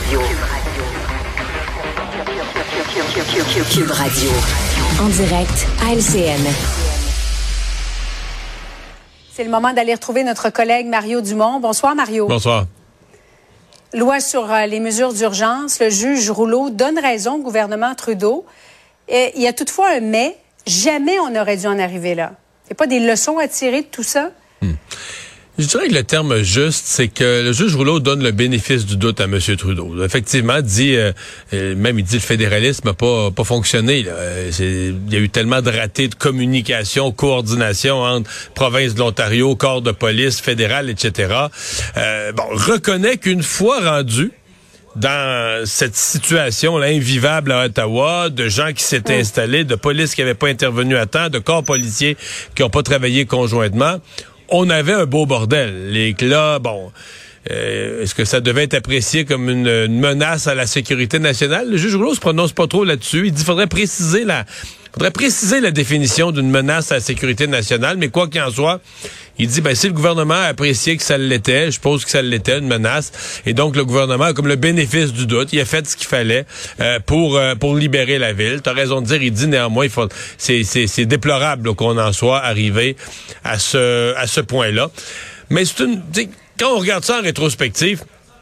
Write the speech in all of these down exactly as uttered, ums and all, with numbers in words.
Radio. Cube Radio. En direct à L C N. C'est le moment d'aller retrouver notre collègue Mario Dumont. Bonsoir, Mario. Bonsoir. Loi sur euh, les mesures d'urgence. Le juge Rouleau donne raison au gouvernement Trudeau. Et il y a toutefois un mais. Jamais on n'aurait dû en arriver là. Il n'y a pas des leçons à tirer de tout ça? Hmm. Je dirais que le terme juste, c'est que le juge Rouleau donne le bénéfice du doute à M. Trudeau. Effectivement, dit, euh, même il dit le fédéralisme n'a pas, pas fonctionné. Là. C'est, il y a eu tellement de ratés de communication, coordination entre province de l'Ontario, corps de police fédéral, et cetera. Euh, bon, reconnaît qu'une fois rendu dans cette situation-là invivable à Ottawa, de gens qui s'étaient installés, de police qui n'avaient pas intervenu à temps, de corps policiers qui n'ont pas travaillé conjointement, on avait un beau bordel. Les là, bon, euh, est-ce que ça devait être apprécié comme une, une menace à la sécurité nationale? Le juge Rouleau se prononce pas trop là-dessus. Il dit qu'il faudrait préciser la, faudrait préciser la définition d'une menace à la sécurité nationale, mais quoi qu'il en soit, il dit, ben, si le gouvernement a apprécié que ça l'était, je suppose que ça l'était, une menace, et donc le gouvernement a comme le bénéfice du doute, il a fait ce qu'il fallait euh, pour euh, pour libérer la ville. T'as raison de dire, il dit néanmoins, il faut, c'est c'est c'est déplorable là, qu'on en soit arrivé à ce à ce point-là. Mais c'est une, quand on regarde ça en rétrospective,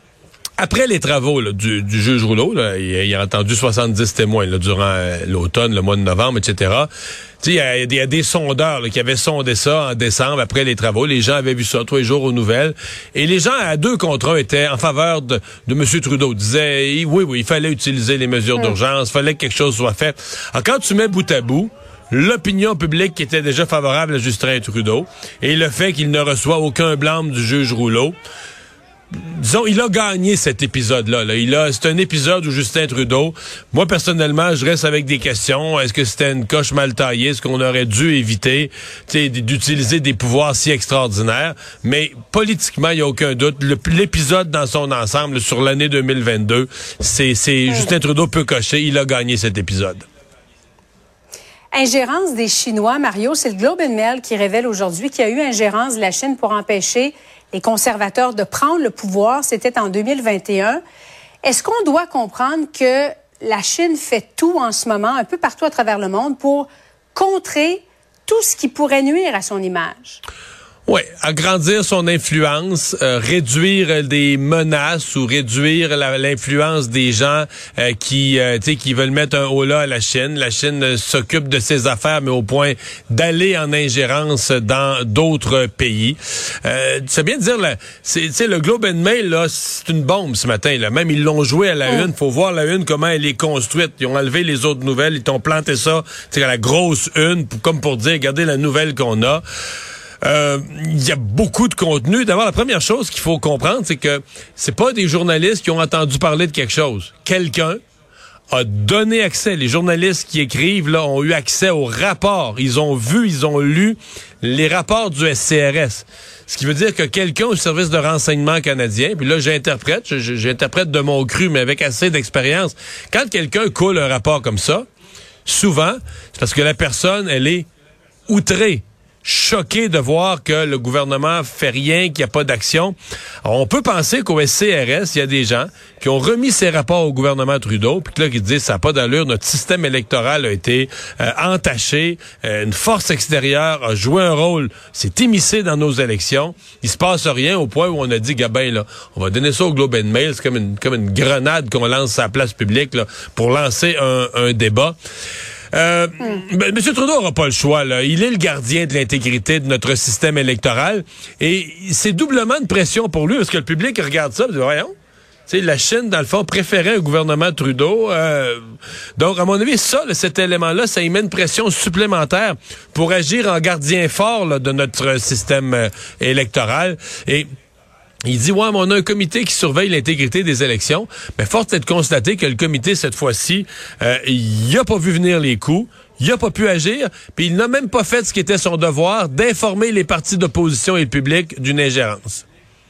après les travaux là, du, du juge Rouleau, là, il, il a entendu soixante-dix témoins là, durant euh, l'automne, le mois de novembre, et cetera. Il y, a, il y a des sondeurs là, qui avaient sondé ça en décembre après les travaux. Les gens avaient vu ça tous les jours aux nouvelles. Et les gens à deux contre un étaient en faveur de, de M. Trudeau. Ils disaient, oui, oui, il fallait utiliser les mesures mmh. d'urgence, il fallait que quelque chose soit fait. Alors, quand tu mets bout à bout l'opinion publique qui était déjà favorable à Justin Trudeau et le fait qu'il ne reçoit aucun blâme du juge Rouleau, disons, il a gagné cet épisode-là. Là. Il a, c'est un épisode où Justin Trudeau, moi personnellement, je reste avec des questions. Est-ce que c'était une coche mal taillée? Est-ce qu'on aurait dû éviter d'utiliser des pouvoirs si extraordinaires? Mais politiquement, il n'y a aucun doute. Le, l'épisode dans son ensemble sur l'année deux mille vingt-deux, c'est, c'est mmh. Justin Trudeau peut cocher. Il a gagné cet épisode. Ingérence des Chinois, Mario, c'est le Globe and Mail qui révèle aujourd'hui qu'il y a eu ingérence de la Chine pour empêcher les conservateurs de prendre le pouvoir. C'était en deux mille vingt et un. Est-ce qu'on doit comprendre que la Chine fait tout en ce moment, un peu partout à travers le monde, pour contrer tout ce qui pourrait nuire à son image? Oui, agrandir son influence, euh, réduire des menaces ou réduire la, l'influence des gens euh, qui, euh, tu sais, qui veulent mettre un holà à la Chine. La Chine euh, s'occupe de ses affaires, mais au point d'aller en ingérence dans d'autres pays. Euh, c'est bien de dire, là, c'est, tu sais, le Globe and Mail, là, c'est une bombe ce matin. Là, même ils l'ont joué à la oh. une. Faut voir la une comment elle est construite. Ils ont enlevé les autres nouvelles, ils t'ont planté ça, tu sais, à la grosse une, pour, comme pour dire, regardez la nouvelle qu'on a. Il euh, y a beaucoup de contenu. D'abord, la première chose qu'il faut comprendre, c'est que c'est pas des journalistes qui ont entendu parler de quelque chose. Quelqu'un a donné accès. Les journalistes qui écrivent là ont eu accès aux rapports. Ils ont vu, ils ont lu les rapports du S C R S. Ce qui veut dire que quelqu'un au service de renseignement canadien, puis là j'interprète, j'interprète de mon cru, mais avec assez d'expérience. Quand quelqu'un coule un rapport comme ça, souvent, c'est parce que la personne, elle est outrée, choqué de voir que le gouvernement fait rien, qu'il n'y a pas d'action. Alors, on peut penser qu'au S C R S, il y a des gens qui ont remis ces rapports au gouvernement Trudeau, puis que là, qui disent, ça n'a pas d'allure, notre système électoral a été euh, entaché, euh, une force extérieure a joué un rôle, s'est immiscé dans nos élections, il se passe rien au point où on a dit, Gabin, là, on va donner ça au Globe and Mail, c'est comme une, comme une grenade qu'on lance à la place publique là, pour lancer un, un débat. Euh, mm. ben, M. Trudeau n'aura pas le choix, là. Il est le gardien de l'intégrité de notre système électoral. Et c'est doublement de pression pour lui, parce que le public regarde ça et dit, voyons. Tu sais, la Chine, dans le fond, préférait un gouvernement Trudeau. Euh, donc, à mon avis, ça, là, cet élément-là, ça y met une pression supplémentaire pour agir en gardien fort là, de notre système euh, électoral. Et il dit, ouais, mais on a un comité qui surveille l'intégrité des élections. Mais force est de constater que le comité, cette fois-ci, euh, il a pas vu venir les coups. Il a pas pu agir, puis il n'a même pas fait ce qui était son devoir, d'informer les partis d'opposition et le public d'une ingérence.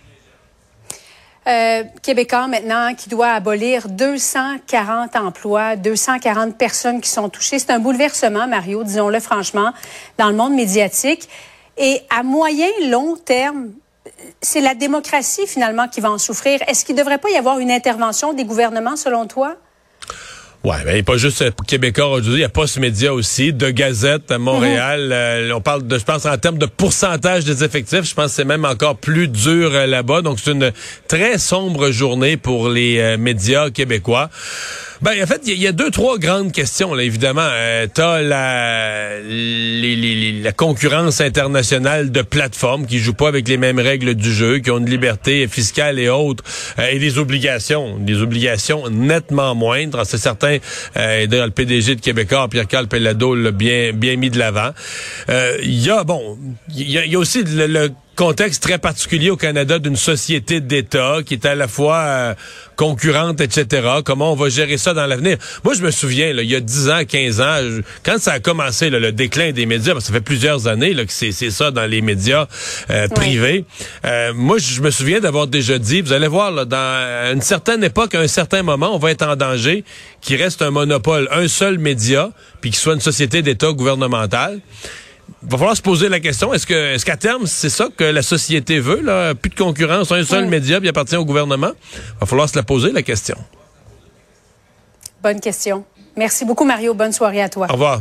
Euh, Québécois maintenant qui doit abolir deux cent quarante emplois, deux cent quarante personnes qui sont touchées. C'est un bouleversement, Mario, disons-le franchement, dans le monde médiatique. Et à moyen, long terme, c'est la démocratie, finalement, qui va en souffrir. Est-ce qu'il ne devrait pas y avoir une intervention des gouvernements, selon toi? Ouais, mais pas juste Québécois aujourd'hui, il y a Post Média aussi, de Gazette à Montréal. Mm-hmm. Euh, on parle de, je pense, en termes de pourcentage des effectifs, je pense que c'est même encore plus dur euh, là-bas. Donc, c'est une très sombre journée pour les euh, médias québécois. Ben, en fait, il y, y a deux, trois grandes questions, là, évidemment. Euh, t'as la, les, les, la concurrence internationale de plateformes qui jouent pas avec les mêmes règles du jeu, qui ont une liberté fiscale et autres, euh, et des obligations, des obligations nettement moindres. C'est certain, euh, le P D G de Québécois, Pierre-Carl Pellado, l'a bien, bien mis de l'avant. Euh, il y a, bon, il y a, y a aussi le, le contexte très particulier au Canada d'une société d'État qui est à la fois euh, concurrente, et cetera. Comment on va gérer ça dans l'avenir? Moi, je me souviens, là, il y a dix ans, quinze ans, je, quand ça a commencé, là, le déclin des médias, parce que ça fait plusieurs années là, que c'est, c'est ça dans les médias euh, privés. Oui. Euh, moi, je me souviens d'avoir déjà dit, vous allez voir, là, dans une certaine époque, à un certain moment, on va être en danger qu'il reste un monopole, un seul média, puis qu'il soit une société d'État gouvernementale. Il va falloir se poser la question, est-ce que est-ce qu'à terme, c'est ça que la société veut, là? Plus de concurrence, un seul oui. média, puis appartient au gouvernement? Il va falloir se la poser, la question. Bonne question. Merci beaucoup, Mario. Bonne soirée à toi. Au revoir.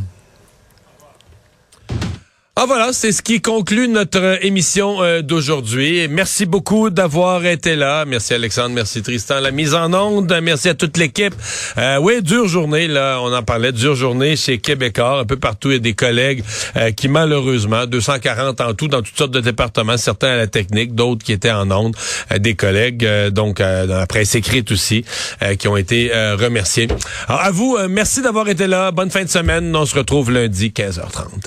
Ah voilà, c'est ce qui conclut notre émission euh, d'aujourd'hui. Merci beaucoup d'avoir été là. Merci Alexandre, merci Tristan. La mise en onde, merci à toute l'équipe. Euh, oui, dure journée, là, on en parlait, dure journée chez Québécois. Un peu partout, il y a des collègues euh, qui malheureusement, deux cent quarante en tout, dans toutes sortes de départements, certains à la technique, d'autres qui étaient en onde, euh, des collègues, euh, donc euh, dans la presse écrite aussi, euh, qui ont été euh, remerciés. Alors à vous, euh, merci d'avoir été là. Bonne fin de semaine. On se retrouve lundi, quinze heures trente.